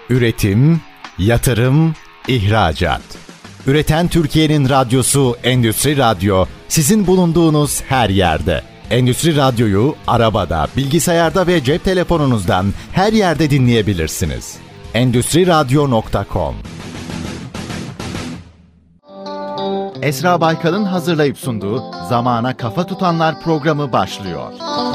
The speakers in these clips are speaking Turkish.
Üretim, yatırım, ihracat. Üreten Türkiye'nin radyosu Endüstri Radyo, sizin bulunduğunuz her yerde. Endüstri Radyo'yu arabada, bilgisayarda ve cep telefonunuzdan her yerde dinleyebilirsiniz. Endüstriradyo.com. Esra Baykal'ın hazırlayıp sunduğu Zamana Kafa Tutanlar programı başlıyor.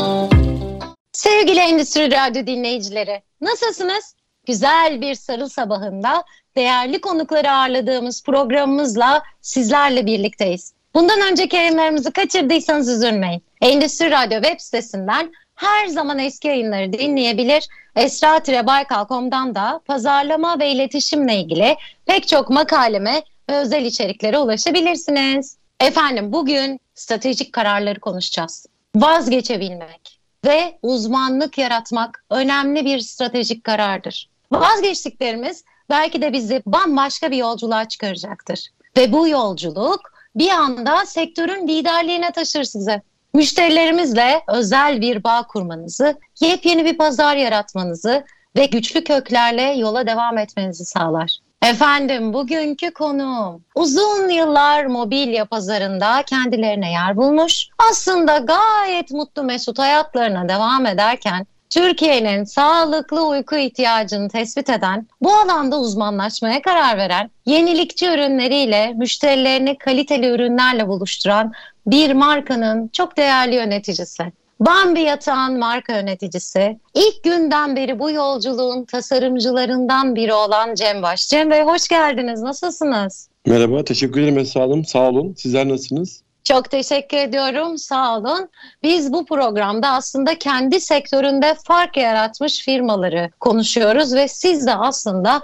Sevgili Endüstri Radyo dinleyicileri, nasılsınız? Güzel bir sarı sabahında değerli konukları ağırladığımız programımızla sizlerle birlikteyiz. Bundan önceki yayınlarımızı kaçırdıysanız üzülmeyin. Endüstri Radyo web sitesinden her zaman eski yayınları dinleyebilir. Esra-Baykal.com'dan da pazarlama ve iletişimle ilgili pek çok makaleme ve özel içeriklere ulaşabilirsiniz. Efendim, bugün stratejik kararları konuşacağız. Vazgeçebilmek ve uzmanlık yaratmak önemli bir stratejik karardır. Vazgeçtiklerimiz belki de bizi bambaşka bir yolculuğa çıkaracaktır. Ve bu yolculuk bir anda sektörün liderliğine taşır sizi. Müşterilerimizle özel bir bağ kurmanızı, yepyeni bir pazar yaratmanızı ve güçlü köklerle yola devam etmenizi sağlar. Efendim, bugünkü konuğum uzun yıllar mobilya pazarında kendilerine yer bulmuş, aslında gayet mutlu mesut hayatlarına devam ederken Türkiye'nin sağlıklı uyku ihtiyacını tespit eden, bu alanda uzmanlaşmaya karar veren, yenilikçi ürünleriyle müşterilerini kaliteli ürünlerle buluşturan bir markanın çok değerli yöneticisi. Bambi Yatağın marka yöneticisi, ilk günden beri bu yolculuğun tasarımcılarından biri olan Cem Baş. Cem Bey, hoş geldiniz. Nasılsınız? Merhaba, teşekkür ederim Esra Hanım. Sağ olun. Sizler nasılsınız? Çok teşekkür ediyorum. Sağ olun. Biz bu programda aslında kendi sektöründe fark yaratmış firmaları konuşuyoruz ve siz de aslında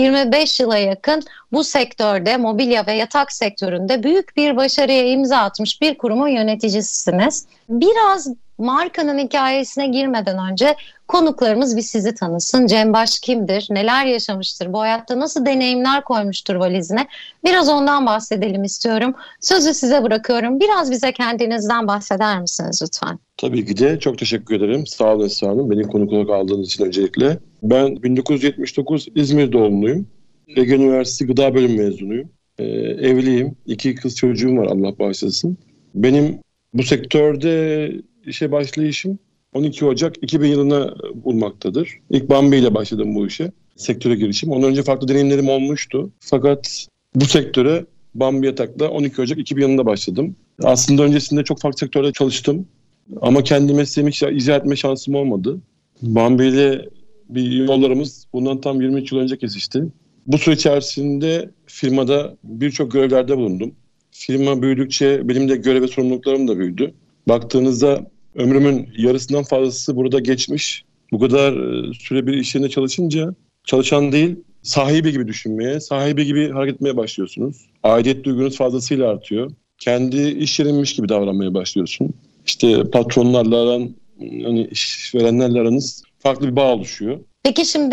25 yıla yakın bu sektörde, mobilya ve yatak sektöründe büyük bir başarıya imza atmış bir kurumun yöneticisiniz. Biraz markanın hikayesine girmeden önce konuklarımız bir sizi tanısın. Cem Baş kimdir? Neler yaşamıştır? Bu hayatta nasıl deneyimler koymuştur valizine? Biraz ondan bahsedelim istiyorum. Sözü size bırakıyorum. Biraz bize kendinizden bahseder misiniz lütfen? Tabii ki de, çok teşekkür ederim. Sağ olun Esra Hanım. Beni konuk olarak aldığınız için öncelikle. Ben 1979 İzmir doğumluyum. Ege Üniversitesi Gıda Bölümü mezunuyum. Evliyim. 2 kız çocuğum var, Allah bağışlasın. Benim bu sektörde işe başlayışım 12 Ocak 2000 yılına bulmaktadır. İlk Bambi ile başladım bu işe. Sektöre girişim. Ondan önce farklı deneyimlerim olmuştu. Fakat bu sektöre Bambi Yatak'la 12 Ocak 2000 yılında başladım. Aslında öncesinde çok farklı sektörde çalıştım. Ama kendi mesleğimi hiç icra etme şansım olmadı. Bambi ile bir yollarımız bundan tam 23 yıl önce kesişti. Bu süre içerisinde firmada birçok görevlerde bulundum. Firma büyüdükçe benim de görev ve sorumluluklarım da büyüdü. Baktığınızda ömrümün yarısından fazlası burada geçmiş. Bu kadar süre bir iş yerinde çalışınca çalışan değil, sahibi gibi düşünmeye, sahibi gibi hareket etmeye başlıyorsunuz. Aidiyet duygunuz fazlasıyla artıyor. Kendi iş yerinmiş gibi davranmaya başlıyorsun. İşte patronlarla aran, hani işverenlerle aranız farklı bir bağ oluşuyor. Peki şimdi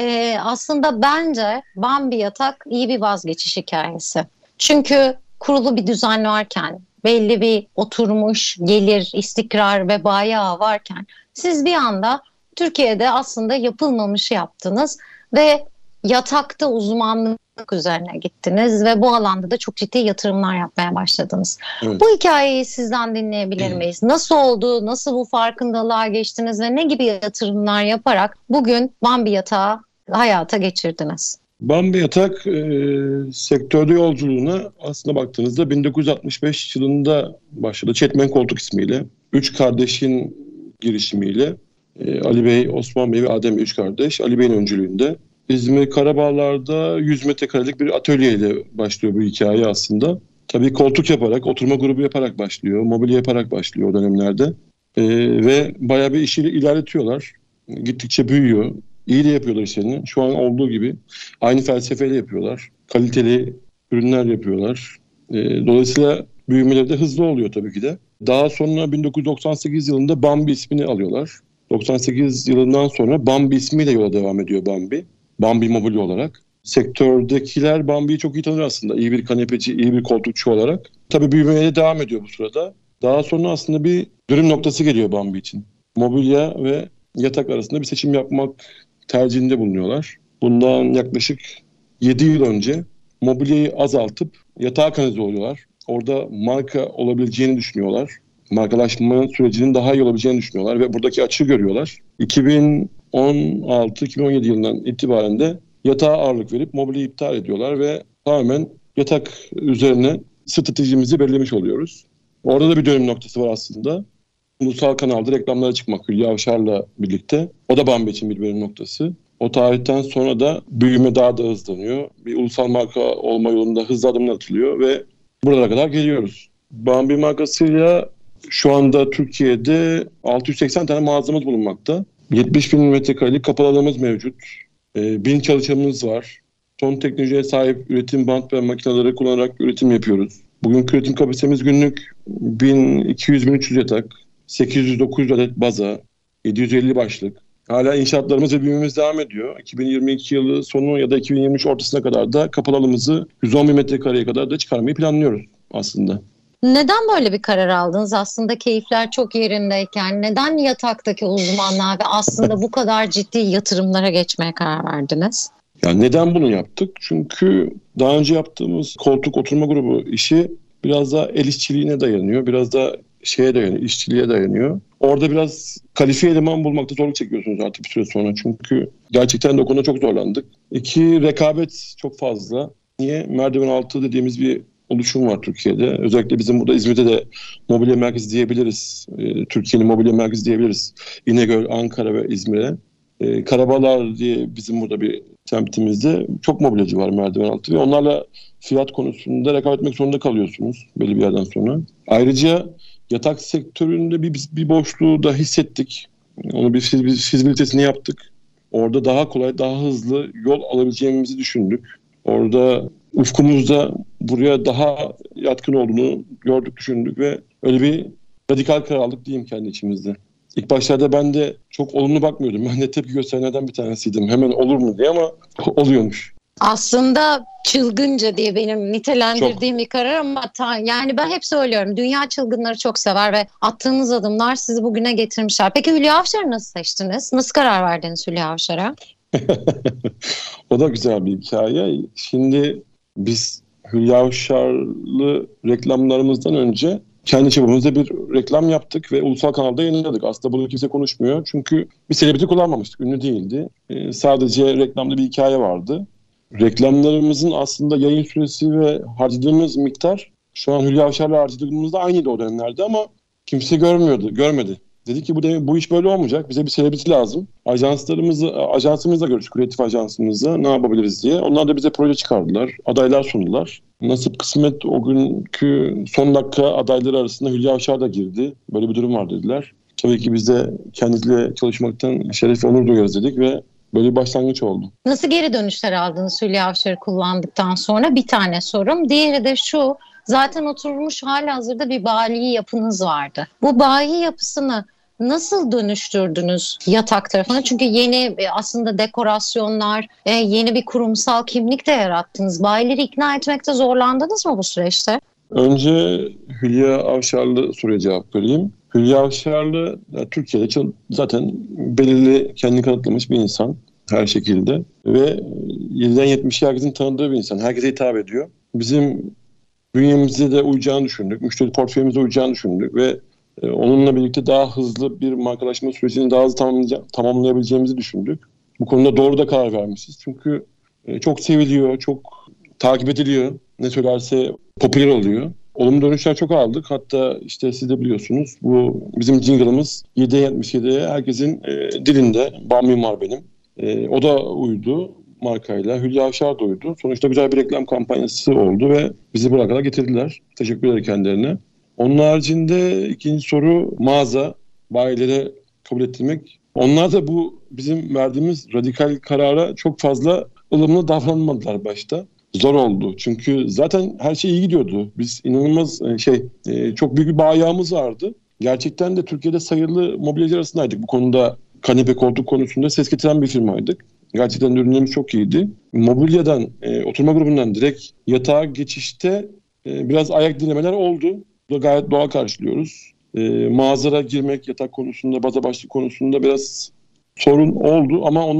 aslında bence Bambi Yatak iyi bir vazgeçiş hikayesi. Çünkü kurulu bir düzen varken, belli bir oturmuş gelir, istikrar ve bayağı varken siz bir anda Türkiye'de aslında yapılmamışı yaptınız ve yatakta uzmanlık üzerine gittiniz ve bu alanda da çok ciddi yatırımlar yapmaya başladınız. Evet. Bu hikayeyi sizden dinleyebilir miyiz? Nasıl oldu, nasıl bu farkındalığa geçtiniz ve ne gibi yatırımlar yaparak bugün Bambi Yatağı hayata geçirdiniz? Bambi Yatak sektörde yolculuğuna aslında baktığınızda 1965 yılında başladı. Çetmen Koltuk ismiyle. 3 kardeşin girişimiyle Ali Bey, Osman Bey ve Adem 3 kardeş. Ali Bey'in öncülüğünde. İzmir Karabağlar'da 100 metrekarelik bir atölyeyle başlıyor bu hikaye aslında. Tabii koltuk yaparak, oturma grubu yaparak başlıyor. Mobilya yaparak başlıyor o dönemlerde. Ve bayağı bir işi ilerletiyorlar. Gittikçe büyüyor. İyi de yapıyorlar işlerini. Şu an olduğu gibi aynı felsefeyle yapıyorlar. Kaliteli ürünler yapıyorlar. Dolayısıyla büyümeleri de hızlı oluyor tabii ki de. Daha sonra 1998 yılında Bambi ismini alıyorlar. 98 yılından sonra Bambi ismiyle yola devam ediyor Bambi. Bambi Mobilya olarak. Sektördekiler Bambi'yi çok iyi tanır aslında. İyi bir kanepeci, iyi bir koltukçu olarak. Tabii büyümeye de devam ediyor bu sırada. Daha sonra aslında bir dönüm noktası geliyor Bambi için. Mobilya ve yatak arasında bir seçim yapmak tercihinde bulunuyorlar. bundan yaklaşık 7 yıl önce mobilyayı azaltıp yatağa kanalize oluyorlar. Orada marka olabileceğini düşünüyorlar. Markalaşma sürecinin daha iyi olabileceğini düşünüyorlar ve buradaki açığı görüyorlar. 2016-2017 yılından itibaren de yatağa ağırlık verip mobilyayı iptal ediyorlar ve tamamen yatak üzerine stratejimizi belirlemiş oluyoruz. Orada da bir dönüm noktası var aslında. Ulusal kanalda reklamlara çıkmak Hülya Avşar'la birlikte. O da Bambi için bir dönüm noktası. O tarihten sonra da büyüme daha da hızlanıyor. Bir ulusal marka olma yolunda hızlı adımlar atılıyor ve buralara kadar geliyoruz. Bambi markasıyla şu anda Türkiye'de 680 tane mağazamız bulunmakta. 70 bin metrekarelik kapalı alanımız mevcut. 1000 çalışanımız var. Son teknolojiye sahip üretim bant ve makineleri kullanarak üretim yapıyoruz. Bugünkü üretim kapasitemiz günlük 1200-1300 yatak, 800-900 adet baza, 750 başlık. Hala inşaatlarımız ve büyümemiz devam ediyor. 2022 yılı sonu ya da 2023 ortasına kadar da kapalı alanımızı 110 bin metrekareye kadar da çıkarmayı planlıyoruz aslında. Neden böyle bir karar aldınız? Aslında keyifler çok yerindeyken neden yataktaki uzmanlığa ve aslında bu kadar ciddi yatırımlara geçmeye karar verdiniz? Yani neden bunu yaptık? Çünkü daha önce yaptığımız koltuk oturma grubu işi biraz da el işçiliğine dayanıyor. Biraz da şeye dayanıyor, işçiliğe dayanıyor. Orada biraz kalifiye eleman bulmakta zorluk çekiyorsunuz artık bir süre sonra. Çünkü gerçekten de o konuda çok zorlandık. 2, rekabet çok fazla. Niye? Merdiven altı dediğimiz bir oluşum var Türkiye'de. Özellikle bizim burada İzmir'de de mobilya merkezi diyebiliriz. Türkiye'nin mobilya merkezi diyebiliriz. İnegöl, Ankara ve İzmir'e. Karabalar diye bizim burada bir semtimizde çok mobilyacı var merdiven altı ve onlarla fiyat konusunda rekabet etmek zorunda kalıyorsunuz belli bir yerden sonra. Ayrıca yatak sektöründe bir boşluğu da hissettik. Onu bir fizibilitesini yaptık. Orada daha kolay, daha hızlı yol alabileceğimizi düşündük. Orada ufkumuzda buraya daha yatkın olduğunu gördük, düşündük ve öyle bir radikal karar aldık diyeyim kendi içimizde. İlk başlarda ben de çok olumlu bakmıyordum. Ben de tepki gösterenlerden bir tanesiydim. Hemen olur mu diye ama oluyormuş. Aslında çılgınca diye benim nitelendirdiğim bir karar ama yani ben hep söylüyorum. Dünya çılgınları çok sever ve attığınız adımlar sizi bugüne getirmişler. Peki Hülya Avşar'ı nasıl seçtiniz? Nasıl karar verdiniz Hülya Avşar'a? O da güzel bir hikaye. Şimdi biz Hülya Avşar'lı reklamlarımızdan önce kendi çapımızda bir reklam yaptık ve ulusal kanalda yayınladık. Aslında bunu kimse konuşmuyor. Çünkü bir selebriti kullanmamıştık. Ünlü değildi. Sadece reklamda bir hikaye vardı. Reklamlarımızın aslında yayın süresi ve harcadığımız miktar şu an Hülya Avşar'la harcadığımızda aynıydı o dönemlerde ama kimse görmedi. Dedi ki bu iş böyle olmayacak. Bize bir selebriti lazım. Ajansımızla görüştük. Kreatif ajansımızla ne yapabiliriz diye. Onlar da bize proje çıkardılar. Adaylar sundular. Nasip kısmet o günkü son dakika adayları arasında Hülya Avşar da girdi. Böyle bir durum var dediler. Tabii ki biz de kendisiyle çalışmaktan şeref ve onur duyuyoruz dedik ve böyle bir başlangıç oldu. Nasıl geri dönüşler aldınız Hülya Avşar'ı kullandıktan sonra? Bir tane sorum. Diğeri de şu. Zaten oturmuş halihazırda bir bayi yapınız vardı. Bu bayi yapısını nasıl dönüştürdünüz yatak tarafına? Çünkü yeni aslında dekorasyonlar, yeni bir kurumsal kimlik de yarattınız. Bayileri ikna etmekte zorlandınız mı bu süreçte? Önce Hülya Avşarlı soruya cevap vereyim. Hülya Avşarlı Türkiye'de zaten belirli kendini kanıtlamış bir insan her şekilde. Ve 7'den 70'e herkesin tanıdığı bir insan. Herkese hitap ediyor. Bizim bünyemize de uyacağını düşündük. Müşteri portföyümüze uyacağını düşündük ve onunla birlikte daha hızlı bir markalaşma sürecini daha hızlı tamamlayabileceğimizi düşündük. Bu konuda doğru da karar vermişiz. Çünkü çok seviliyor, çok takip ediliyor. Ne söylerse popüler oluyor. Olumlu dönüşler çok aldık. Hatta işte siz de biliyorsunuz bu bizim jingle'ımız 7'ye 77'ye herkesin dilinde. Bambi var benim. O da uydu markayla. Hülya Avşar da uydu. Sonuçta güzel bir reklam kampanyası oldu ve bizi buraya kadar getirdiler. Teşekkür ederim kendilerine. Onun haricinde ikinci soru mağaza, bayilere kabul ettirmek. Onlar da bu bizim verdiğimiz radikal karara çok fazla ılımlı davranmadılar başta. Zor oldu. Çünkü zaten her şey iyi gidiyordu. Biz inanılmaz çok büyük bir bayağımız vardı. Gerçekten de Türkiye'de sayılı mobilyacı arasındaydık. Bu konuda kanepe koltuk konusunda ses getiren bir firmaydık. Gerçekten ürünlerimiz çok iyiydi. Mobilyadan, oturma grubundan direkt yatağa geçişte biraz ayak dinlemeler oldu. Bu da gayet doğal karşılıyoruz. Mağazara girmek yatak konusunda, baza başlık konusunda biraz sorun oldu ama onlar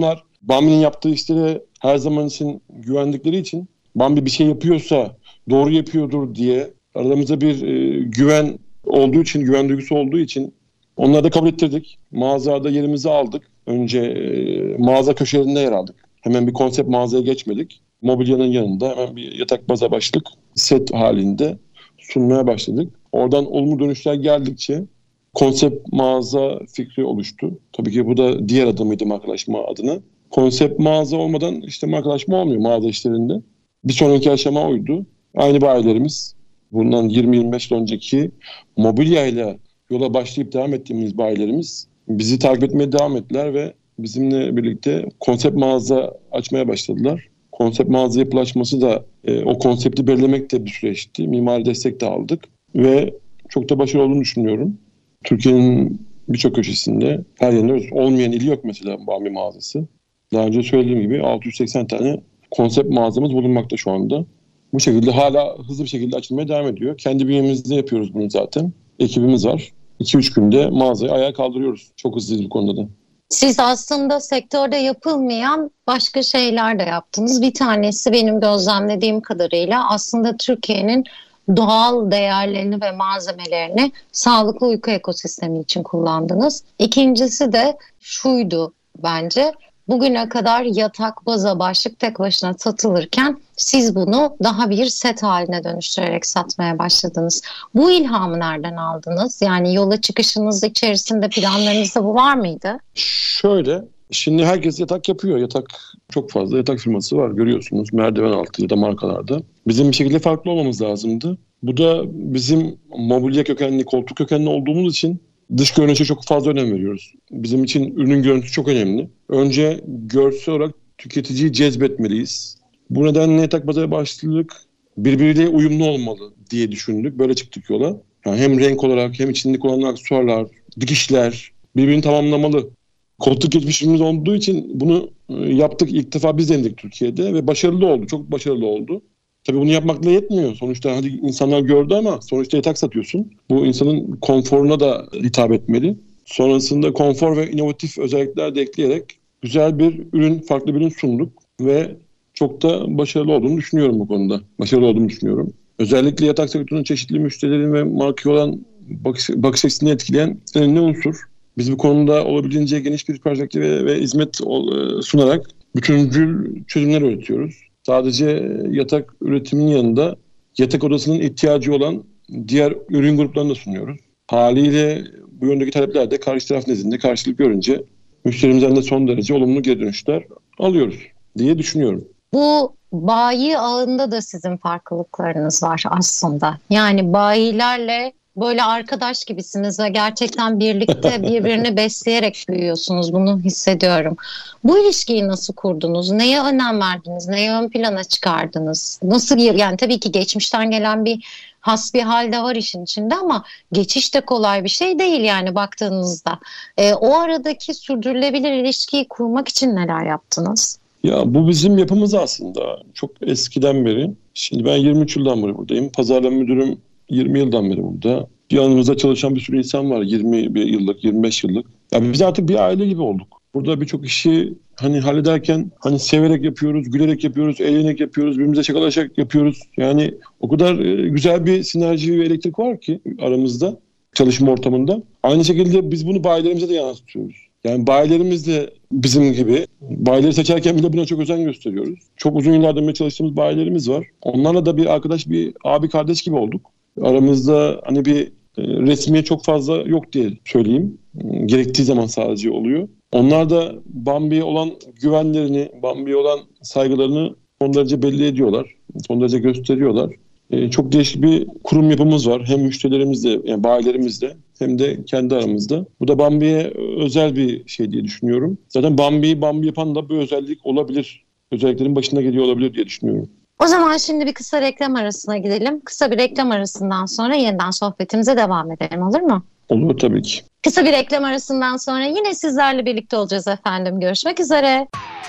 Bambi'nin yaptığı işlere her zaman için güvendikleri için, Bambi bir şey yapıyorsa doğru yapıyordur diye aramızda bir güven olduğu için, güven duygusu olduğu için onları da kabul ettirdik. Mağazada yerimizi aldık. Önce mağaza köşelerinde yer aldık. Hemen bir konsept mağazaya geçmedik. Mobilyanın yanında hemen bir yatak baza başlık set halinde sunmaya başladık. Oradan olumlu dönüşler geldikçe konsept mağaza fikri oluştu. Tabii ki bu da diğer adımıydı markalaşma adına. Konsept mağaza olmadan işte markalaşma olmuyor mağaza işlerinde. Bir sonraki aşama oydu. Aynı bayilerimiz, bundan 20-25 yıl önceki mobilyayla yola başlayıp devam ettiğimiz bayilerimiz bizi takip etmeye devam ettiler ve bizimle birlikte konsept mağaza açmaya başladılar. Konsept mağaza yapılaşması da o konsepti belirlemek de bir süreçti. Mimari destek de aldık ve çok da başarılı olduğunu düşünüyorum. Türkiye'nin birçok köşesinde, her yerinde olmayan ili yok mesela Bambi mağazası. Daha önce söylediğim gibi 680 tane konsept mağazamız bulunmakta şu anda. Bu şekilde hala hızlı bir şekilde açılmaya devam ediyor. Kendi bünyemizde yapıyoruz bunu zaten. Ekibimiz var. 2-3 günde mağazayı ayağa kaldırıyoruz. Çok hızlıyız bu konuda da. Siz aslında sektörde yapılmayan başka şeyler de yaptınız. Bir tanesi benim gözlemlediğim kadarıyla aslında Türkiye'nin doğal değerlerini ve malzemelerini sağlıklı uyku ekosistemi için kullandınız. İkincisi de şuydu bence. Bugüne kadar yatak, baza, başlık tek başına satılırken siz bunu daha bir set haline dönüştürerek satmaya başladınız. Bu ilhamı nereden aldınız? Yani yola çıkışınız içerisinde planlarınızda bu var mıydı? Şöyle, şimdi herkes yatak yapıyor. Yatak, çok fazla yatak firması var görüyorsunuz. Merdiven altı ya da markalarda. Bizim bir şekilde farklı olmamız lazımdı. Bu da bizim mobilya kökenli, koltuk kökenli olduğumuz için dış görünüşe çok fazla önem veriyoruz. Bizim için ürünün görüntüsü çok önemli. Önce görsel olarak tüketiciyi cezbetmeliyiz. Bu nedenle yatak baza başlık birbiriyle uyumlu olmalı diye düşündük. Böyle çıktık yola. Yani hem renk olarak hem içindeki olan aksesuarlar, dikişler birbirini tamamlamalı. Koltuk geçmişimiz olduğu için bunu yaptık. İlk defa biz denedik Türkiye'de ve başarılı oldu. Çok başarılı oldu. Tabii bunu yapmakla yetmiyor. Sonuçta hadi insanlar gördü ama sonuçta yatak satıyorsun. Bu insanın konforuna da hitap etmeli. Sonrasında konfor ve inovatif özellikler de ekleyerek güzel bir ürün, farklı bir ürün sunduk ve çok da başarılı olduğunu düşünüyorum bu konuda. Başarılı olduğunu düşünüyorum. Özellikle yatak sektörünün çeşitli müşterilerin ve markaya olan bakış açısını etkileyen önemli unsur. Biz bu konuda olabildiğince geniş bir perspektif ve hizmet sunarak bütüncül çözümler üretiyoruz. Sadece yatak üretiminin yanında yatak odasının ihtiyacı olan diğer ürün gruplarını da sunuyoruz. Haliyle bu yöndeki talepler de karşı taraf nezdinde karşılık görünce müşterimizden de son derece olumlu geri dönüşler alıyoruz diye düşünüyorum. Bu bayi ağında da sizin farklılıklarınız var aslında. Yani bayilerle böyle arkadaş gibisiniz ve gerçekten birlikte birbirini besleyerek büyüyorsunuz. Bunu hissediyorum. Bu ilişkiyi nasıl kurdunuz? Neye önem verdiniz? Neye ön plana çıkardınız? Nasıl, yani tabii ki geçmişten gelen bir hasbihal de var işin içinde ama geçiş de kolay bir şey değil yani baktığınızda. O aradaki sürdürülebilir ilişkiyi kurmak için neler yaptınız? Ya bu bizim yapımız aslında. Çok eskiden beri. Şimdi ben 23 yıldan beri buradayım. Pazarlama müdürüm 20 yıldan beri burada. Yanımızda çalışan bir sürü insan var. 20 yıllık, 25 yıllık. Ya biz artık bir aile gibi olduk. Burada birçok işi hallederken severek yapıyoruz, gülerek yapıyoruz, eğlenerek yapıyoruz, birbirimize şakalaşarak yapıyoruz. Yani o kadar güzel bir sinerji ve elektrik var ki aramızda, çalışma ortamında. Aynı şekilde biz bunu bayilerimize de yansıtıyoruz. Yani bayilerimiz de bizim gibi. Bayileri seçerken bile buna çok özen gösteriyoruz. Çok uzun yıllardır çalıştığımız bayilerimiz var. Onlarla da bir arkadaş, bir abi kardeş gibi olduk. Aramızda bir resmiye çok fazla yok diye söyleyeyim. Gerektiği zaman sadece oluyor. Onlar da Bambi'ye olan güvenlerini, Bambi'ye olan saygılarını son derece belli ediyorlar. Son derece gösteriyorlar. Çok değişik bir kurum yapımız var. Hem müşterilerimizle, yani bayilerimizle hem de kendi aramızda. Bu da Bambi'ye özel bir şey diye düşünüyorum. Zaten Bambi yapan da bu özellik olabilir. Özelliklerin başında geliyor olabilir diye düşünüyorum. O zaman şimdi bir kısa reklam arasına gidelim. Kısa bir reklam arasından sonra yeniden sohbetimize devam edelim, olur mu? Olur tabii ki. Kısa bir reklam arasından sonra yine sizlerle birlikte olacağız efendim. Görüşmek üzere.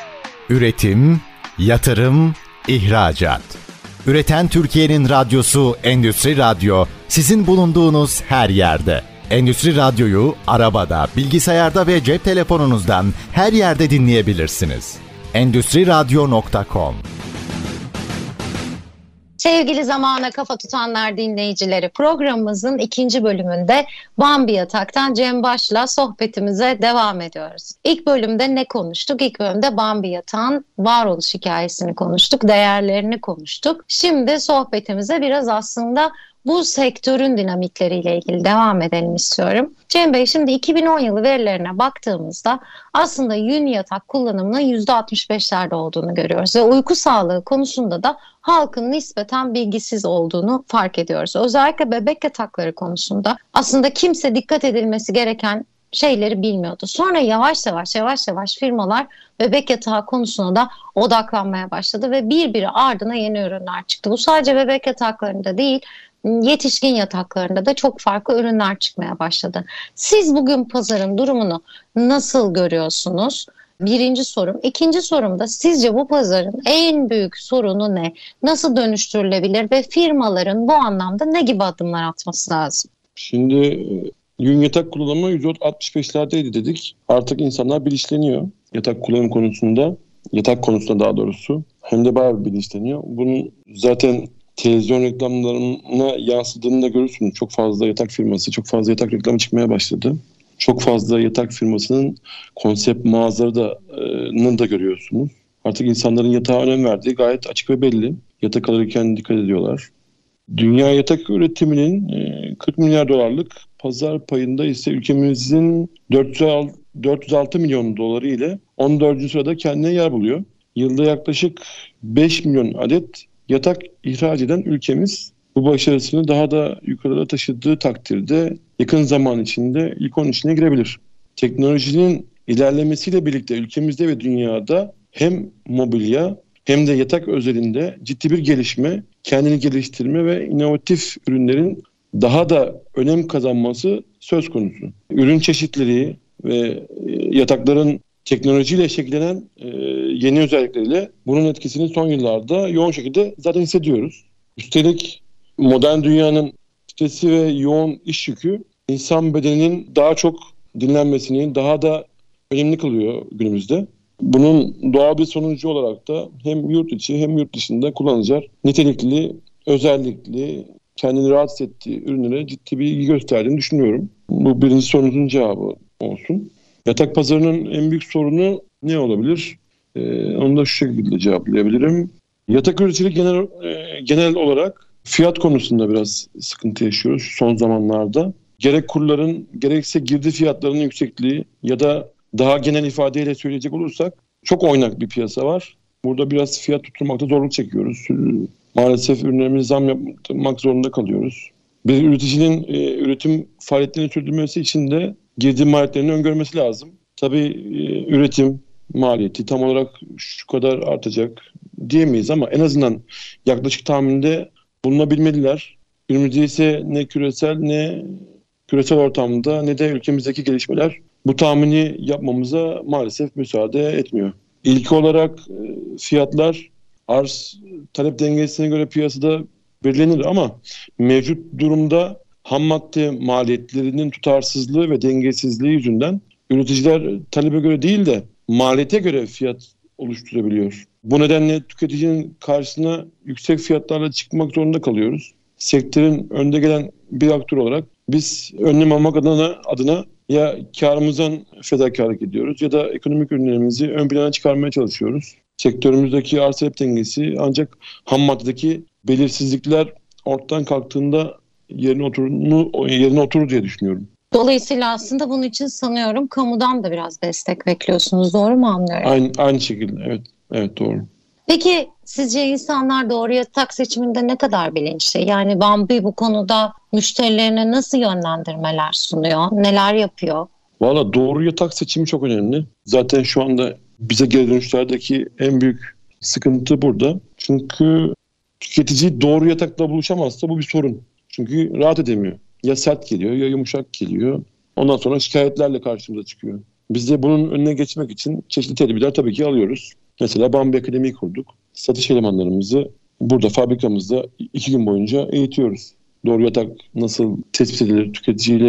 Üretim, yatırım, ihracat. Üreten Türkiye'nin radyosu Endüstri Radyo, sizin bulunduğunuz her yerde. Endüstri Radyo'yu arabada, bilgisayarda ve cep telefonunuzdan her yerde dinleyebilirsiniz. Endüstriradyo.com. Sevgili Zamana Kafa Tutanlar dinleyicileri, programımızın 2. bölümünde Bambi Yatak'tan Cem Baş'la sohbetimize devam ediyoruz. İlk bölümde ne konuştuk? İlk bölümde Bambi Yatak'ın varoluş hikayesini konuştuk, değerlerini konuştuk. Şimdi sohbetimize biraz aslında bu sektörün dinamikleriyle ilgili devam edelim istiyorum. Cem Bey, şimdi 2010 yılı verilerine baktığımızda aslında yün yatak kullanımının %65'lerde olduğunu görüyoruz. Ve uyku sağlığı konusunda da halkın nispeten bilgisiz olduğunu fark ediyoruz. Özellikle bebek yatakları konusunda aslında kimse dikkat edilmesi gereken şeyleri bilmiyordu. Sonra yavaş yavaş firmalar bebek yatağı konusuna da odaklanmaya başladı ve birbiri ardına yeni ürünler çıktı. Bu sadece bebek yataklarında değil, yetişkin yataklarında da çok farklı ürünler çıkmaya başladı. Siz bugün pazarın durumunu nasıl görüyorsunuz? Birinci sorum. İkinci sorum da sizce bu pazarın en büyük sorunu ne? Nasıl dönüştürülebilir ve firmaların bu anlamda ne gibi adımlar atması lazım? Şimdi yün yatak kullanımı %65'lerdeydi dedik. Artık insanlar bilinçleniyor yatak kullanım konusunda. Yatak konusunda daha doğrusu. Hem de bayağı bir bilinçleniyor. Bunun zaten televizyon reklamlarına yansıdığını da görürsünüz. Çok fazla yatak firması, çok fazla yatak reklamı çıkmaya başladı. Çok fazla yatak firmasının konsept mağazalarını da görüyorsunuz. Artık insanların yatağa önem verdiği gayet açık ve belli. Yatak alırken dikkat ediyorlar. Dünya yatak üretiminin 40 milyar dolarlık pazar payında ise ülkemizin 406 milyon doları ile 14. sırada kendine yer buluyor. Yılda yaklaşık 5 milyon adet yatak ihraç eden ülkemiz bu başarısını daha da yukarıda taşıdığı takdirde yakın zaman içinde ilk 10 içine girebilir. Teknolojinin ilerlemesiyle birlikte ülkemizde ve dünyada hem mobilya hem de yatak özelinde ciddi bir gelişme, kendini geliştirme ve inovatif ürünlerin daha da önem kazanması söz konusu. Ürün çeşitliliği ve yatakların teknolojiyle şekillenen yeni özellikleriyle bunun etkisini son yıllarda yoğun şekilde zaten hissediyoruz. Üstelik modern dünyanın stresi ve yoğun iş yükü insan bedeninin daha çok dinlenmesini daha da önemli kılıyor günümüzde. Bunun doğal bir sonucu olarak da hem yurt içi hem yurt dışında kullanıcılar nitelikli, özellikli, kendini rahatsız ettiği ürünlere ciddi bir ilgi gösterdiğini düşünüyorum. Bu birinci sorunuzun cevabı olsun. Yatak pazarının en büyük sorunu ne olabilir? Onu da şu şekilde cevaplayabilirim. Yatak üreticileri genel olarak fiyat konusunda biraz sıkıntı yaşıyoruz son zamanlarda. Gerek kurların gerekse girdi fiyatlarının yüksekliği ya da daha genel ifadeyle söyleyecek olursak çok oynak bir piyasa var. Burada biraz fiyat tutturmakta zorluk çekiyoruz. Maalesef ürünlerimize zam yapmak zorunda kalıyoruz. Bir üreticinin üretim faaliyetlerini sürdürmesi için de girdi maliyetlerini öngörmesi lazım. Tabii üretim maliyeti tam olarak şu kadar artacak diyemeyiz ama en azından yaklaşık tahminde bulunabilmeliler. Günümüzde ise ne küresel ortamda ne de ülkemizdeki gelişmeler bu tahmini yapmamıza maalesef müsaade etmiyor. İlk olarak fiyatlar arz talep dengesine göre piyasada belirlenir ama mevcut durumda ham madde maliyetlerinin tutarsızlığı ve dengesizliği yüzünden üreticiler talebe göre değil de maliyete göre fiyat oluşturabiliyor. Bu nedenle tüketicinin karşısına yüksek fiyatlarla çıkmak zorunda kalıyoruz. Sektörün önde gelen bir aktör olarak biz önlem almak adına ya karımızdan fedakarlık ediyoruz ya da ekonomik ürünlerimizi ön plana çıkarmaya çalışıyoruz. Sektörümüzdeki arz talep dengesi ancak ham maddedeki belirsizlikler ortadan kalktığında yerine oturur diye düşünüyorum. Dolayısıyla aslında bunun için sanıyorum kamudan da biraz destek bekliyorsunuz. Doğru mu anlıyorum? Aynı şekilde. Evet doğru. Peki sizce insanlar doğru yatak seçiminde ne kadar bilinçli? Yani Bambi bu konuda müşterilerine nasıl yönlendirmeler sunuyor? Neler yapıyor? Valla doğru yatak seçimi çok önemli. Zaten şu anda bize geri dönüşlerdeki en büyük sıkıntı burada. Çünkü tüketici doğru yatakla buluşamazsa bu bir sorun. Çünkü rahat edemiyor. Ya sert geliyor ya yumuşak geliyor. Ondan sonra şikayetlerle karşımıza çıkıyor. Biz de bunun önüne geçmek için çeşitli tedbirler tabii ki alıyoruz. Mesela Bambi Akademi'yi kurduk. Satış elemanlarımızı burada fabrikamızda 2 gün boyunca eğitiyoruz. Doğru yatak nasıl tespit edilir, tüketiciyle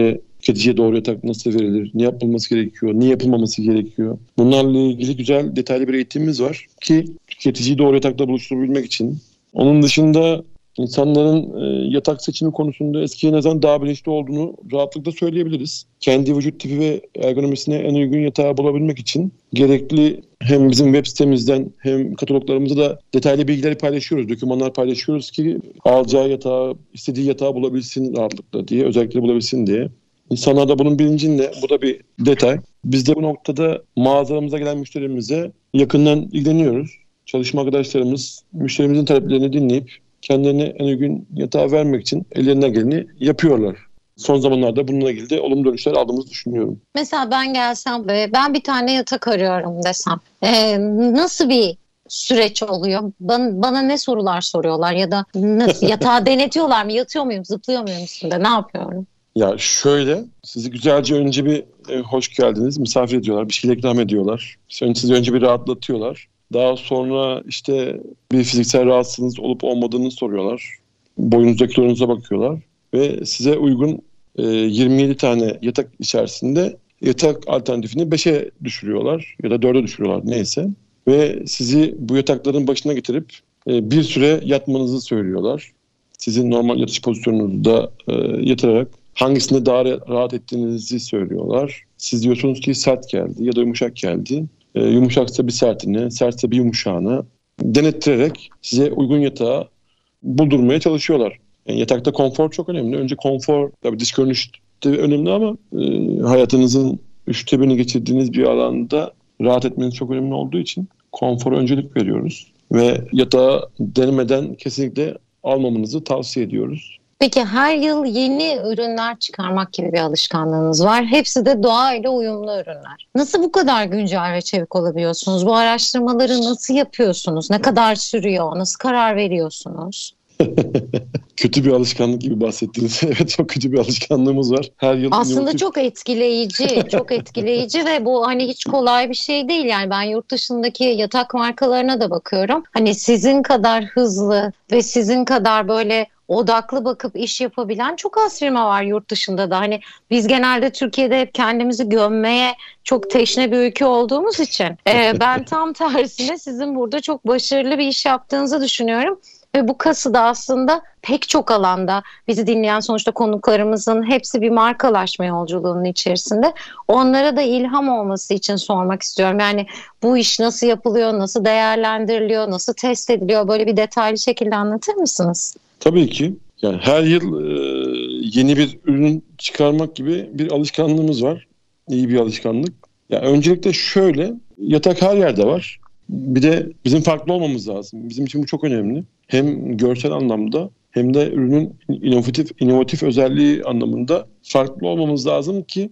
tüketiciye doğru yatak nasıl verilir, ne yapılması gerekiyor, ne yapılmaması gerekiyor. Bunlarla ilgili güzel, detaylı bir eğitimimiz var ki tüketiciyi doğru yatakla buluşturabilmek için. Onun dışında insanların yatak seçimi konusunda eskiye nazaran daha bilinçli olduğunu rahatlıkla söyleyebiliriz. Kendi vücut tipi ve ergonomisine en uygun yatağı bulabilmek için gerekli hem bizim web sitemizden hem kataloglarımızda da detaylı bilgileri paylaşıyoruz, dokümanlar paylaşıyoruz ki alacağı yatağı, istediği yatağı bulabilsin rahatlıkla diye, özellikle bulabilsin diye. İnsanlar da bunun bilincinde, bu da bir detay. Biz de bu noktada mağazalarımıza gelen müşterimize yakından ilgileniyoruz. Çalışma arkadaşlarımız müşterimizin taleplerini dinleyip kendilerine en uygun yatağı vermek için ellerinden geleni yapıyorlar. Son zamanlarda bununla ilgili de olumlu dönüşler aldığımızı düşünüyorum. Mesela ben gelsem ve ben bir tane yatak arıyorum desem, nasıl bir süreç oluyor? Bana ne sorular soruyorlar ya da nasıl, yatağı denetiyorlar mı? Yatıyor muyum, zıplıyor muyum üstünde? Ne yapıyorum? Ya şöyle, sizi güzelce önce bir hoş geldiniz, misafir ediyorlar, bir şeyler ikram ediyorlar. Sizi önce bir rahatlatıyorlar. Daha sonra işte bir fiziksel rahatsızlığınız olup olmadığını soruyorlar. Boyunuzdaki kilonuza bakıyorlar ve size uygun 27 tane yatak içerisinde yatak alternatifini 5'e düşürüyorlar ya da 4'e düşürüyorlar neyse. Ve sizi bu yatakların başına getirip bir süre yatmanızı söylüyorlar. Sizin normal yatış pozisyonunuzda yatırarak hangisinde daha rahat ettiğinizi söylüyorlar. Siz diyorsunuz ki sert geldi ya da yumuşak geldi. Yumuşaksa bir sertini, sertse bir yumuşağını denettirerek size uygun yatağı buldurmaya çalışıyorlar. Yani yatakta konfor çok önemli. Önce konfor, tabii dış görünüş de önemli ama hayatınızın 3'te 1'ini geçirdiğiniz bir alanda rahat etmeniz çok önemli olduğu için konfora öncelik veriyoruz. Ve yatağı denemeden kesinlikle almamanızı tavsiye ediyoruz. Peki her yıl yeni ürünler çıkarmak gibi bir alışkanlığınız var. Hepsi de doğayla uyumlu ürünler. Nasıl bu kadar güncel ve çevik olabiliyorsunuz? Bu araştırmaları nasıl yapıyorsunuz? Ne kadar sürüyor? Nasıl karar veriyorsunuz? Kötü bir alışkanlık gibi bahsettiniz. Evet, çok kötü bir alışkanlığımız var. Her yıl aslında çok etkileyici, çok etkileyici ve bu hani hiç kolay bir şey değil. Yani ben yurt dışındaki yatak markalarına da bakıyorum. Hani sizin kadar hızlı ve sizin kadar böyle odaklı bakıp iş yapabilen çok az firma var yurt dışında da. Hani biz genelde Türkiye'de hep kendimizi gömmeye çok teşne bir ülke olduğumuz için ben tam tersine sizin burada çok başarılı bir iş yaptığınızı düşünüyorum. Ve bu kası da aslında pek çok alanda bizi dinleyen sonuçta konuklarımızın hepsi bir markalaşma yolculuğunun içerisinde. Onlara da ilham olması için sormak istiyorum. Yani bu iş nasıl yapılıyor, nasıl değerlendiriliyor, nasıl test ediliyor? Böyle bir detaylı şekilde anlatır mısınız? Tabii ki. Yani her yıl yeni bir ürün çıkarmak gibi bir alışkanlığımız var. İyi bir alışkanlık. Yani öncelikle şöyle, yatak her yerde var. Bir de bizim farklı olmamız lazım. Bizim için bu çok önemli. Hem görsel anlamda hem de ürünün inovatif özelliği anlamında farklı olmamız lazım ki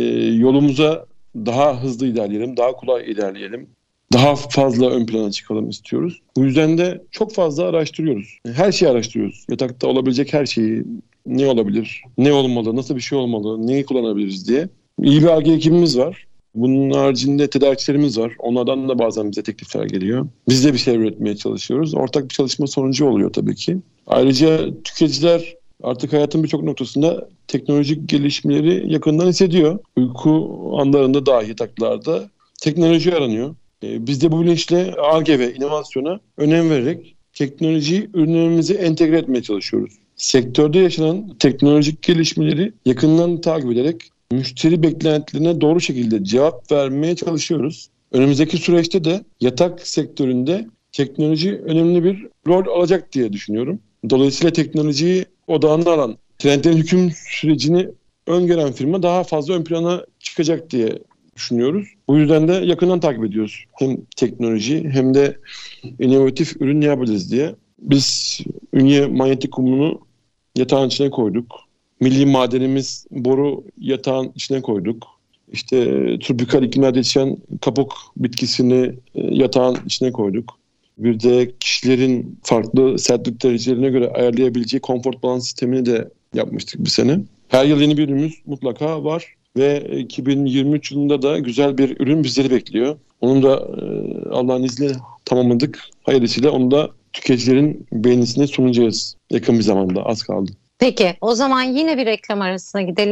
yolumuza daha hızlı ilerleyelim, daha kolay ilerleyelim. Daha fazla ön plana çıkalım istiyoruz. Bu yüzden de çok fazla araştırıyoruz. Her şeyi araştırıyoruz. Yatakta olabilecek her şeyi, ne olabilir, ne olmalı, nasıl bir şey olmalı, neyi kullanabiliriz diye. İyi bir Ar-Ge ekibimiz var. Bunun haricinde tedarikçilerimiz var. Onlardan da bazen bize teklifler geliyor. Biz de bir şeyler üretmeye çalışıyoruz. Ortak bir çalışma sonucu oluyor tabii ki. Ayrıca tüketiciler artık hayatın birçok noktasında teknolojik gelişmeleri yakından hissediyor. Uyku anlarında dahi yataklarda teknoloji aranıyor. Biz de bu bilinçle Ar-Ge ve inovasyona önem vererek teknolojiyi ürünlerimize entegre etmeye çalışıyoruz. Sektörde yaşanan teknolojik gelişmeleri yakından takip ederek müşteri beklentilerine doğru şekilde cevap vermeye çalışıyoruz. Önümüzdeki süreçte de yatak sektöründe teknoloji önemli bir rol alacak diye düşünüyorum. Dolayısıyla teknolojiyi odağına alan, trendlerin hüküm sürecini öngören firma daha fazla ön plana çıkacak diye düşünüyoruz. Bu yüzden de yakından takip ediyoruz. Hem teknoloji hem de inovatif ürün ne yapabiliriz diye. Biz Ünye manyetik kumunu yatağın içine koyduk. Milli madenimiz boru yatağın içine koyduk. İşte tropikal iklimlerde yetişen kapuk bitkisini yatağın içine koyduk. Bir de kişilerin farklı sertlik derecelerine göre ayarlayabileceği konfor balans sistemini de yapmıştık bir sene. Her yıl yeni bir ürünümüz mutlaka var ve 2023 yılında da güzel bir ürün bizleri bekliyor. Onu da Allah'ın izniyle tamamladık. Hayırlısıyla onu da tüketicilerin beğenisine sunacağız yakın bir zamanda, az kaldı. Peki o zaman yine bir reklam arasına gidelim.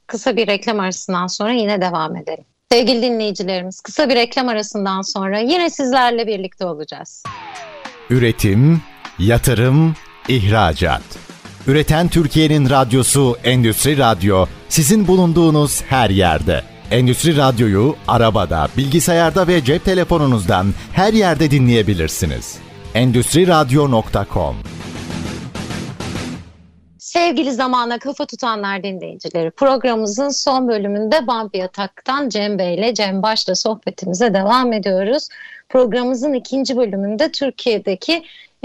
Kısa bir reklam arasından sonra yine devam edelim. Sevgili dinleyicilerimiz, kısa bir reklam arasından sonra yine sizlerle birlikte olacağız. Üretim, yatırım, ihracat. Üreten Türkiye'nin radyosu Endüstri Radyo, sizin bulunduğunuz her yerde. Endüstri Radyo'yu arabada, bilgisayarda ve cep telefonunuzdan her yerde dinleyebilirsiniz. Endüstriradyo.com. Sevgili Zamana Kafa Tutanlar dinleyicileri, programımızın son bölümünde Bambi Yatak'tan Cem Bey ile Cem Baş'la sohbetimize devam ediyoruz. Programımızın ikinci bölümünde Türkiye'deki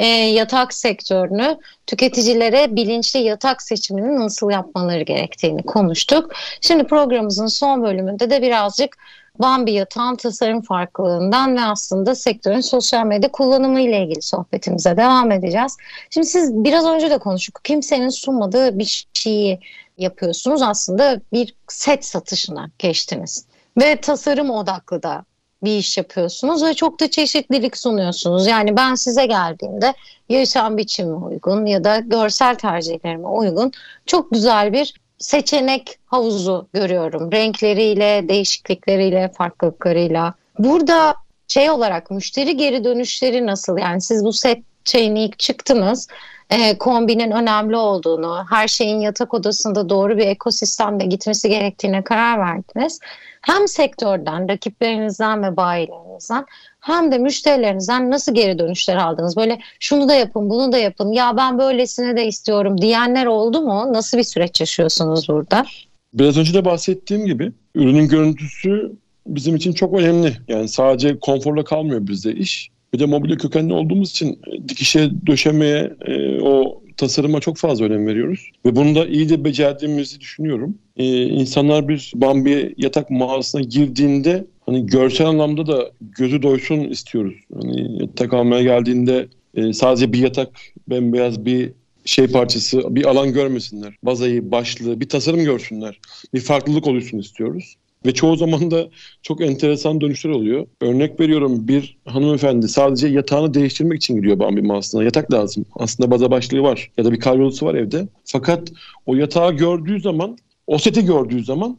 yatak sektörünü, tüketicilere bilinçli yatak seçimini nasıl yapmaları gerektiğini konuştuk. Şimdi programımızın son bölümünde de birazcık Bambi Yatağın tasarım farklılığından ve aslında sektörün sosyal medya kullanımı ile ilgili sohbetimize devam edeceğiz. Şimdi siz biraz önce de konuştuk. Kimsenin sunmadığı bir şeyi yapıyorsunuz. Aslında bir set satışına geçtiniz. Ve tasarım odaklı da bir iş yapıyorsunuz ve çok da çeşitlilik sunuyorsunuz. Yani ben size geldiğimde yaşam biçimime uygun ya da görsel tercihlerime uygun çok güzel bir seçenek havuzu görüyorum. Renkleriyle, değişiklikleriyle, farklılıklarıyla. Burada olarak müşteri geri dönüşleri nasıl? Yani siz bu set şeyine ilk çıktınız. Kombinin önemli olduğunu, her şeyin yatak odasında doğru bir ekosistemde gitmesi gerektiğine karar verdiniz. Hem sektörden, rakiplerinizden ve bayilerinizden hem de müşterilerinizden nasıl geri dönüşler aldınız? Böyle şunu da yapın, bunu da yapın, ya ben böylesini de istiyorum diyenler oldu mu? Nasıl bir süreç yaşıyorsunuz burada? Biraz önce de bahsettiğim gibi ürünün görüntüsü bizim için çok önemli. Yani sadece konforla kalmıyor bizde iş. Bir de mobilya kökenli olduğumuz için dikişe, döşemeye, o tasarıma çok fazla önem veriyoruz. Ve bunu da iyi de becerdiğimizi düşünüyorum. İnsanlar bir Bambi yatak mağazasına girdiğinde hani görsel anlamda da gözü doysun istiyoruz. Hani yatak almaya geldiğinde sadece bir yatak, bembeyaz bir parçası, bir alan görmesinler. Bazayı, başlığı, bir tasarım görsünler. Bir farklılık oluşsun istiyoruz. Ve çoğu zaman da çok enteresan dönüşler oluyor. Örnek veriyorum, bir hanımefendi sadece yatağını değiştirmek için gidiyor Bambi mağazasına. Yatak lazım. Aslında baza başlığı var ya da bir karyolası var evde. Fakat o yatağı gördüğü zaman, o seti gördüğü zaman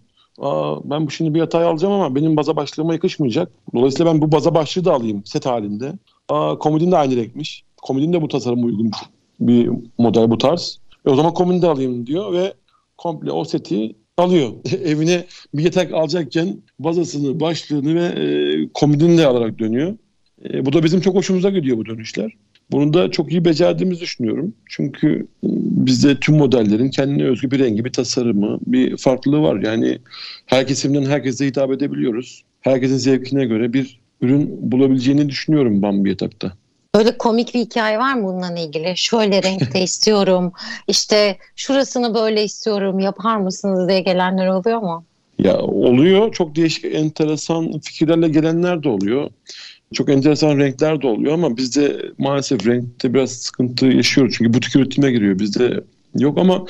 ben şimdi bir yatağı alacağım ama benim baza başlığıma yakışmayacak. Dolayısıyla ben bu baza başlığı da alayım set halinde. Komodin de aynı renkmiş. Komodin de bu tasarıma uygun bir model, bu tarz. O zaman komodin de alayım diyor ve komple o seti alıyor. Evine bir yatak alacakken bazasını, başlığını ve komodini de alarak dönüyor. Bu da bizim çok hoşumuza gidiyor, bu dönüşler. Bunu da çok iyi becerdiğimizi düşünüyorum. Çünkü bizde tüm modellerin kendine özgü bir rengi, bir tasarımı, bir farklılığı var. Yani her kesimden herkese hitap edebiliyoruz. Herkesin zevkine göre bir ürün bulabileceğini düşünüyorum Bambi Yatak'ta. Böyle komik bir hikaye var mı bununla ilgili? Şöyle renkte istiyorum, işte şurasını böyle istiyorum, yapar mısınız diye gelenler oluyor mu? Ya oluyor. Çok değişik, enteresan fikirlerle gelenler de oluyor. Çok enteresan renkler de oluyor ama bizde maalesef renkte biraz sıkıntı yaşıyoruz. Çünkü butik üretime giriyor. Bizde yok ama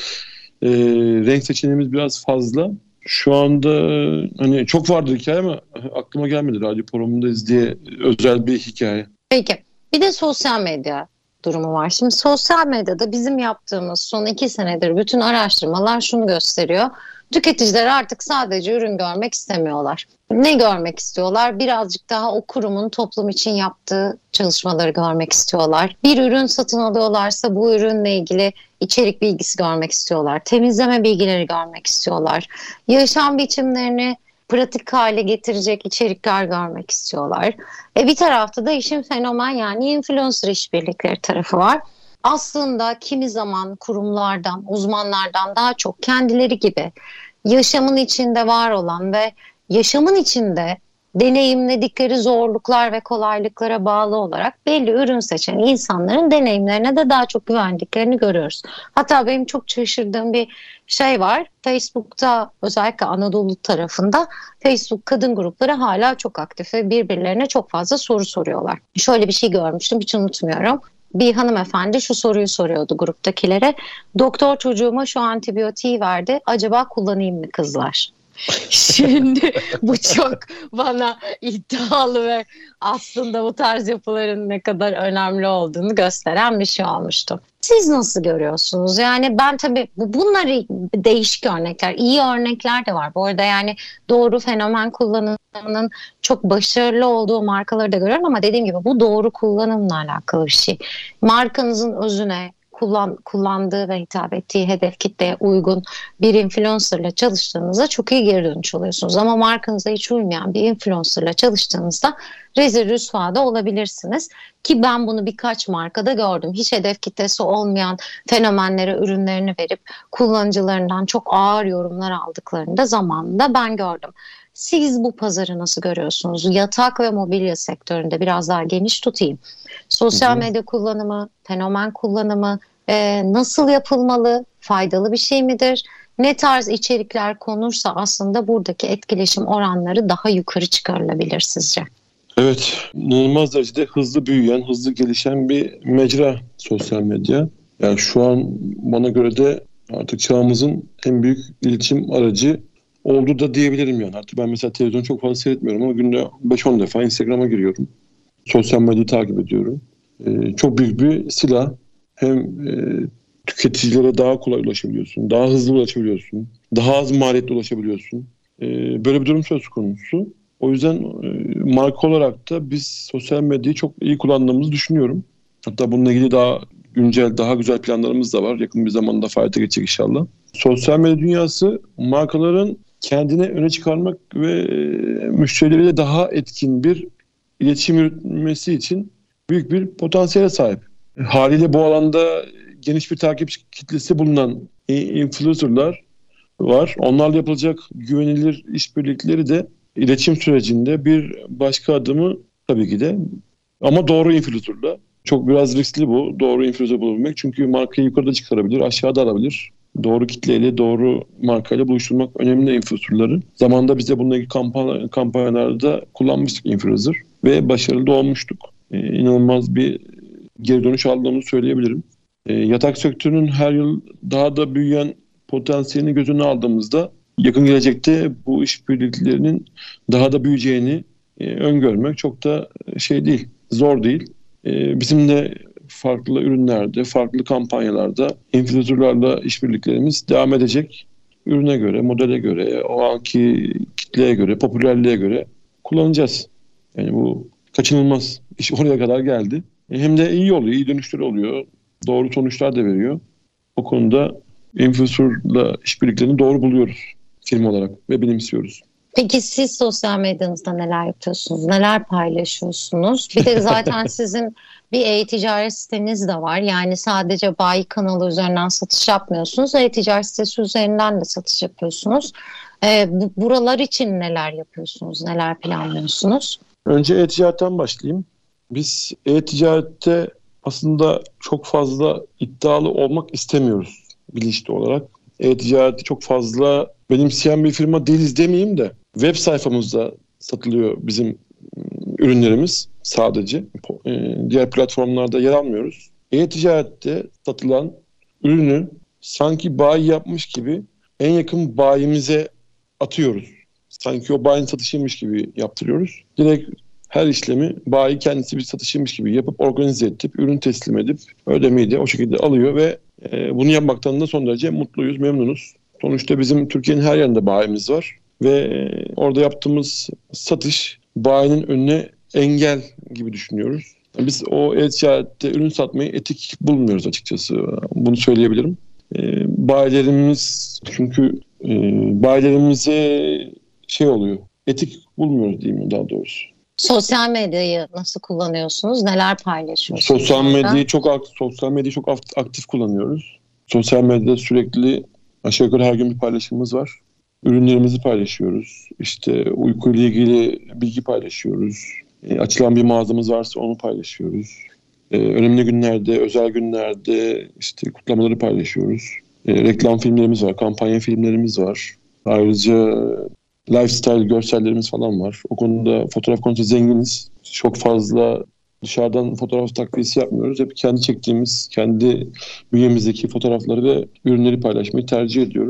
renk seçeneğimiz biraz fazla. Şu anda hani çok vardı hikaye ama aklıma gelmedi. Radyo programındayız diye özel bir hikaye. Peki. Bir de sosyal medya durumu var. Şimdi sosyal medyada bizim yaptığımız son 2 senedir bütün araştırmalar şunu gösteriyor. Tüketiciler artık sadece ürün görmek istemiyorlar. Ne görmek istiyorlar? Birazcık daha o kurumun toplum için yaptığı çalışmaları görmek istiyorlar. Bir ürün satın alıyorlarsa bu ürünle ilgili içerik bilgisi görmek istiyorlar. Temizleme bilgileri görmek istiyorlar. Yaşam biçimlerini pratik hale getirecek içerikler görmek istiyorlar. Bir tarafta da işin fenomen, yani influencer işbirlikleri tarafı var. Aslında kimi zaman kurumlardan, uzmanlardan daha çok kendileri gibi yaşamın içinde var olan ve yaşamın içinde deneyimledikleri zorluklar ve kolaylıklara bağlı olarak belli ürün seçen insanların deneyimlerine de daha çok güvendiklerini görüyoruz. Hatta benim çok şaşırdığım bir şey var. Facebook'ta, özellikle Anadolu tarafında Facebook kadın grupları hala çok aktif ve birbirlerine çok fazla soru soruyorlar. Şöyle bir şey görmüştüm, hiç unutmuyorum. Bir hanımefendi şu soruyu soruyordu gruptakilere. Doktor çocuğuma şu antibiyotiği verdi. Acaba kullanayım mı kızlar? Şimdi bu çok bana iddialı ve aslında bu tarz yapıların ne kadar önemli olduğunu gösteren bir şey olmuştu. Siz nasıl görüyorsunuz? Yani ben tabii bunları değişik örnekler, iyi örnekler de var. Bu arada yani doğru fenomen kullanımının çok başarılı olduğu markaları da görüyorum ama dediğim gibi bu doğru kullanımla alakalı bir şey. Markanızın özüne, kullandığı ve hitap ettiği hedef kitleye uygun bir influencerla çalıştığınızda çok iyi geri dönüş alıyorsunuz. Ama markanıza hiç uymayan bir influencerla çalıştığınızda rezil rüsvada olabilirsiniz. Ki ben bunu birkaç markada gördüm. Hiç hedef kitlesi olmayan fenomenlere ürünlerini verip kullanıcılarından çok ağır yorumlar aldıklarını da zamanında ben gördüm. Siz bu pazarı nasıl görüyorsunuz? Yatak ve mobilya sektöründe biraz daha geniş tutayım. Sosyal medya kullanımı, fenomen kullanımı nasıl yapılmalı? Faydalı bir şey midir? Ne tarz içerikler konursa aslında buradaki etkileşim oranları daha yukarı çıkarılabilir sizce? Evet, inanılmaz derecede hızlı büyüyen, hızlı gelişen bir mecra sosyal medya. Yani şu an bana göre de artık çağımızın en büyük iletişim aracı oldu da diyebilirim yani. Artık ben mesela televizyonu çok fazla seyretmiyorum ama günde 5-10 defa Instagram'a giriyorum. Sosyal medyayı takip ediyorum. Çok büyük bir silah. Hem tüketicilere daha kolay ulaşabiliyorsun, daha hızlı ulaşabiliyorsun, daha az maliyetle ulaşabiliyorsun. Böyle bir durum söz konusu. O yüzden marka olarak da biz sosyal medyayı çok iyi kullandığımızı düşünüyorum. Hatta bununla ilgili daha güncel, daha güzel planlarımız da var. Yakın bir zamanda faaliyete geçecek inşallah. Sosyal medya dünyası markaların kendini öne çıkarmak ve müşterileriyle daha etkin bir iletişim yürütmesi için büyük bir potansiyele sahip. Haliyle bu alanda geniş bir takipçi kitlesi bulunan influencerlar var. Onlarla yapılacak güvenilir işbirlikleri de iletişim sürecinde bir başka adımı tabii ki de ama doğru influencerla. Çok biraz riskli bu. Doğru influencer bulabilmek. Çünkü markayı yukarıda çıkarabilir, aşağıda alabilir. Doğru kitleyle, doğru markayla buluşturmak önemli influencerları. Zamanında biz de bununla ilgili kampanyalarda kullanmıştık influencer ve başarılı da olmuştuk. İnanılmaz bir geri dönüş aldığımızı söyleyebilirim. Yatak sektörünün her yıl daha da büyüyen potansiyelini göz önüne aldığımızda yakın gelecekte bu işbirliklerinin daha da büyüyeceğini öngörmek çok da değil, zor değil. Bizim de farklı ürünlerde, farklı kampanyalarda influencerlarla işbirliklerimiz devam edecek. Ürüne göre, modele göre, o anki kitleye göre, popülerliğe göre kullanacağız. Yani bu kaçınılmaz. İş oraya kadar geldi. Hem de iyi oluyor, iyi dönüşler oluyor. Doğru sonuçlar da veriyor. O konuda influencerla işbirliklerini doğru buluyoruz firma olarak ve benimsiyoruz. Peki siz sosyal medyanızda neler yapıyorsunuz? Neler paylaşıyorsunuz? Bir de zaten sizin bir e-ticaret siteniz de var. Yani sadece bayi kanalı üzerinden satış yapmıyorsunuz. E-ticaret sitesi üzerinden de satış yapıyorsunuz. Buralar için neler yapıyorsunuz? Neler planlıyorsunuz? Önce e-ticaretten başlayayım. Biz e-ticarette aslında çok fazla iddialı olmak istemiyoruz bilinçli olarak. E-ticareti çok fazla benimseyen bir firma değiliz demeyeyim de web sayfamızda satılıyor bizim ürünlerimiz sadece. Diğer platformlarda yer almıyoruz. E-ticarette satılan ürünü sanki bayi yapmış gibi en yakın bayimize atıyoruz. Sanki o bayinin satışıymış gibi yaptırıyoruz. Direkt her işlemi bayi kendisi bir satışıymış gibi yapıp organize edip ürün teslim edip ödemeyi de o şekilde alıyor ve bunu yapmaktan da son derece mutluyuz, memnunuz. Sonuçta bizim Türkiye'nin her yerinde bayimiz var ve orada yaptığımız satış bayinin önüne engel gibi düşünüyoruz. Biz o e-ticarette ürün satmayı etik bulmuyoruz açıkçası. Bunu söyleyebilirim. Bayilerimiz çünkü bayilerimize oluyor. Etik bulmuyoruz diyeyim daha doğrusu. Sosyal medyayı nasıl kullanıyorsunuz? Neler paylaşıyorsunuz? Sosyal medyayı çok aktif kullanıyoruz. Sosyal medyada sürekli aşağı yukarı her gün bir paylaşımımız var. Ürünlerimizi paylaşıyoruz. İşte uykuyla ilgili bilgi paylaşıyoruz. Açılan bir mağazamız varsa onu paylaşıyoruz. Önemli günlerde, özel günlerde işte kutlamaları paylaşıyoruz. Reklam filmlerimiz var, kampanya filmlerimiz var. Ayrıca lifestyle görsellerimiz falan var. O konuda fotoğraf konusunda zenginiz. Çok fazla dışarıdan fotoğraf takviyesi yapmıyoruz. Hep kendi çektiğimiz, kendi bünyemizdeki fotoğrafları ve ürünleri paylaşmayı tercih ediyoruz.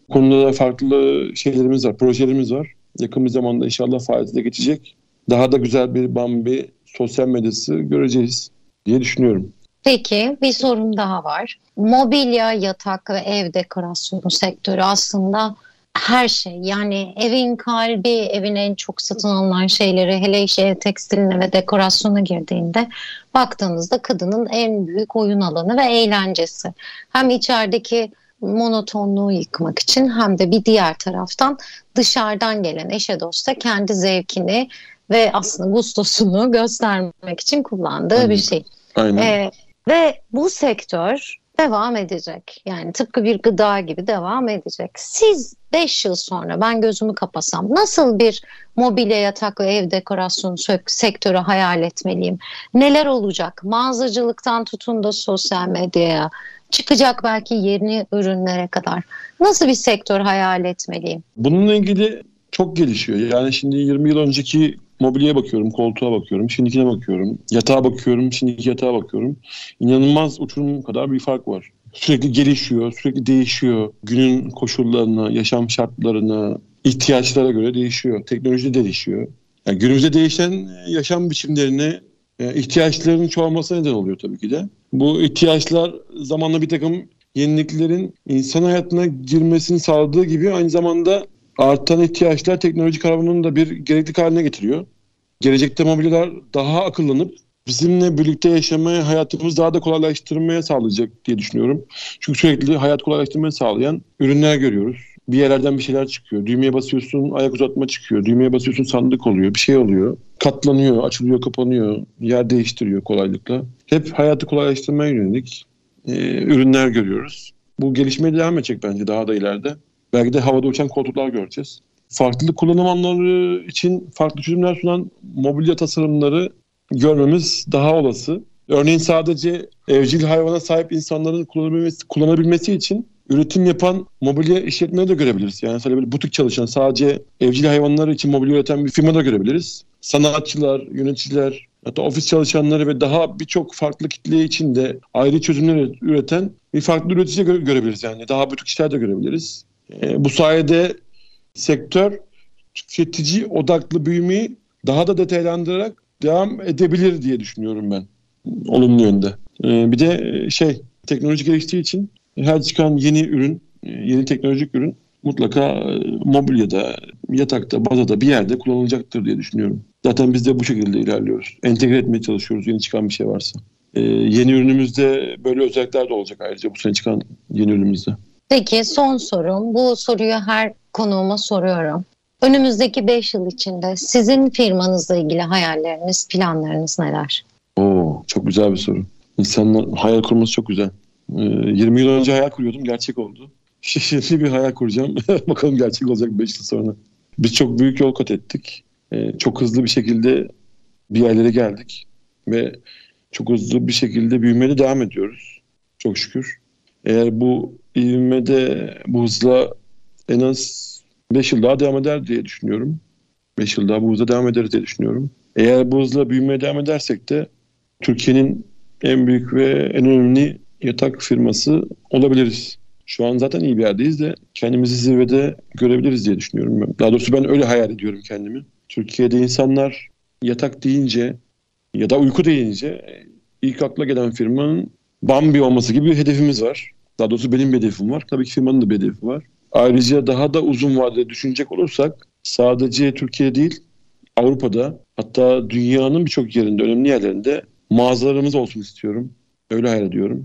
Konuda da farklı şeylerimiz var, projelerimiz var. Yakın bir zamanda inşallah faaliyete geçecek. Daha da güzel bir Bambi sosyal medyası göreceğiz diye düşünüyorum. Peki bir sorum daha var. Mobilya, yatak ve ev dekorasyonu sektörü aslında her şey. Yani evin kalbi, evin en çok satın alınan şeyleri, hele işe tekstiline ve dekorasyona girdiğinde baktığınızda kadının en büyük oyun alanı ve eğlencesi. Hem içerideki monotonluğu yıkmak için hem de bir diğer taraftan dışarıdan gelen eşe dosta kendi zevkini ve aslında gustosunu göstermek için kullandığı bir şey. Aynen. Ve bu sektör devam edecek. Yani tıpkı bir gıda gibi devam edecek. Siz 5 yıl sonra ben gözümü kapasam nasıl bir mobilya, yatak ve ev dekorasyonu sektörü hayal etmeliyim? Neler olacak? Mağazacılıktan tutun da sosyal medyaya, çıkacak belki yeni ürünlere kadar. Nasıl bir sektör hayal etmeliyim? Bununla ilgili çok gelişiyor. Yani şimdi 20 yıl önceki mobilyaya bakıyorum, koltuğa bakıyorum, şimdikine bakıyorum, yatağa bakıyorum, şimdiki yatağa bakıyorum. İnanılmaz uçurum kadar bir fark var. Sürekli gelişiyor, sürekli değişiyor. Günün koşullarına, yaşam şartlarına, ihtiyaçlara göre değişiyor. Teknoloji de değişiyor. Yani günümüzde değişen yaşam biçimlerine ihtiyaçların çoğalmasına neden oluyor tabii ki de. Bu ihtiyaçlar zamanla bir takım yeniliklerin insan hayatına girmesini sağladığı gibi aynı zamanda artan ihtiyaçlar teknoloji kavramını da bir gereklilik haline getiriyor. Gelecekte mobilyalar daha akıllanıp bizimle birlikte yaşamaya, hayatımızı daha da kolaylaştırmaya sağlayacak diye düşünüyorum. Çünkü sürekli hayat kolaylaştırmayı sağlayan ürünler görüyoruz. Bir yerlerden bir şeyler çıkıyor. Düğmeye basıyorsun, ayak uzatma çıkıyor. Düğmeye basıyorsun, sandık oluyor, bir şey oluyor. Katlanıyor, açılıyor, kapanıyor, yer değiştiriyor kolaylıkla. Hep hayatı kolaylaştırmaya yönelik ürünler görüyoruz. Bu gelişmeye devam edecek bence daha da ileride. Belki de havada uçan koltuklar göreceğiz. Farklı kullanım alanları için farklı çözümler sunan mobilya tasarımları görmemiz daha olası. Örneğin sadece evcil hayvana sahip insanların kullanabilmesi için üretim yapan mobilya işletmeleri de görebiliriz. Yani mesela böyle butik çalışan, sadece evcil hayvanlar için mobilya üreten bir firma da görebiliriz. Sanatçılar, yöneticiler, hatta ofis çalışanları ve daha birçok farklı kitle için de ayrı çözümler üreten bir farklı üretici görebiliriz. Yani daha butik işler de görebiliriz. Bu sayede sektör tüketici odaklı büyümeyi daha da detaylandırarak devam edebilir diye düşünüyorum ben. Olumlu yönde. Bir de teknoloji geliştiği için her çıkan yeni ürün, yeni teknolojik ürün mutlaka mobilyada, yatakta, bazada bir yerde kullanılacaktır diye düşünüyorum. Zaten biz de bu şekilde ilerliyoruz. Entegre etmeye çalışıyoruz yeni çıkan bir şey varsa. Yeni ürünümüzde böyle özellikler de olacak ayrıca bu sene çıkan yeni ürünümüzde. Peki son sorum. Bu soruyu her konuğuma soruyorum. Önümüzdeki 5 yıl içinde sizin firmanızla ilgili hayalleriniz, planlarınız neler? Çok güzel bir soru. İnsanlar hayal kurması çok güzel. 20 yıl önce hayal kuruyordum, gerçek oldu. Şimdi bir hayal kuracağım. Bakalım gerçek olacak 5 yıl sonra. Biz çok büyük yol kat ettik. Çok hızlı bir şekilde bir yerlere geldik. Ve çok hızlı bir şekilde büyümeye de devam ediyoruz. Çok şükür. Eğer bu ivmede, bu hızla en az 5 yıl daha devam eder diye düşünüyorum. 5 yıl daha bu hızla devam ederiz diye düşünüyorum. Eğer bu hızla büyümeye devam edersek de Türkiye'nin en büyük ve en önemli yatak firması olabiliriz. Şu an zaten iyi bir yerdeyiz de kendimizi zirvede görebiliriz diye düşünüyorum. Daha doğrusu ben öyle hayal ediyorum kendimi. Türkiye'de insanlar yatak deyince ya da uyku deyince ilk akla gelen firmanın Bambi olması gibi bir hedefimiz var. Daha doğrusu benim bir hedefim var. Tabii ki firmanın da bir hedefi var. Ayrıca daha da uzun vadede düşünecek olursak sadece Türkiye değil, Avrupa'da, hatta dünyanın birçok yerinde, önemli yerlerinde mağazalarımız olsun istiyorum. Öyle hayal ediyorum.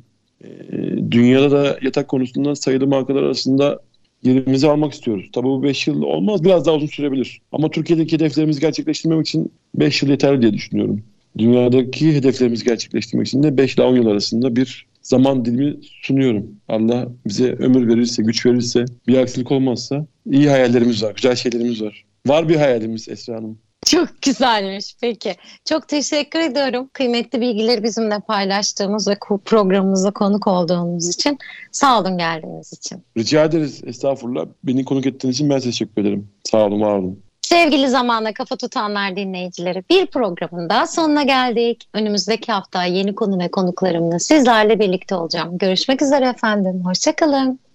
Dünyada da yatak konusunda sayılı markalar arasında yerimizi almak istiyoruz. Tabii bu 5 yıl olmaz, biraz daha uzun sürebilir. Ama Türkiye'deki hedeflerimizi gerçekleştirmek için 5 yıl yeterli diye düşünüyorum. Dünyadaki hedeflerimizi gerçekleştirmek için de 5 ile 10 yıl arasında bir zaman dilimi sunuyorum. Allah bize ömür verirse, güç verirse, bir aksilik olmazsa iyi hayallerimiz var, güzel şeylerimiz var. Var bir hayalimiz Esra Hanım. Çok güzelmiş. Peki. Çok teşekkür ediyorum. Kıymetli bilgileri bizimle paylaştığımız ve programımıza konuk olduğunuz için. Sağ olun geldiğiniz için. Rica ederiz. Estağfurullah. Beni konuk ettiğiniz için ben teşekkür ederim. Sağ olun, var olun. Sevgili Zamanla Kafa Tutanlar dinleyicileri, bir programın daha sonuna geldik. Önümüzdeki hafta yeni konu ve konuklarımla sizlerle birlikte olacağım. Görüşmek üzere efendim. Hoşça kalın.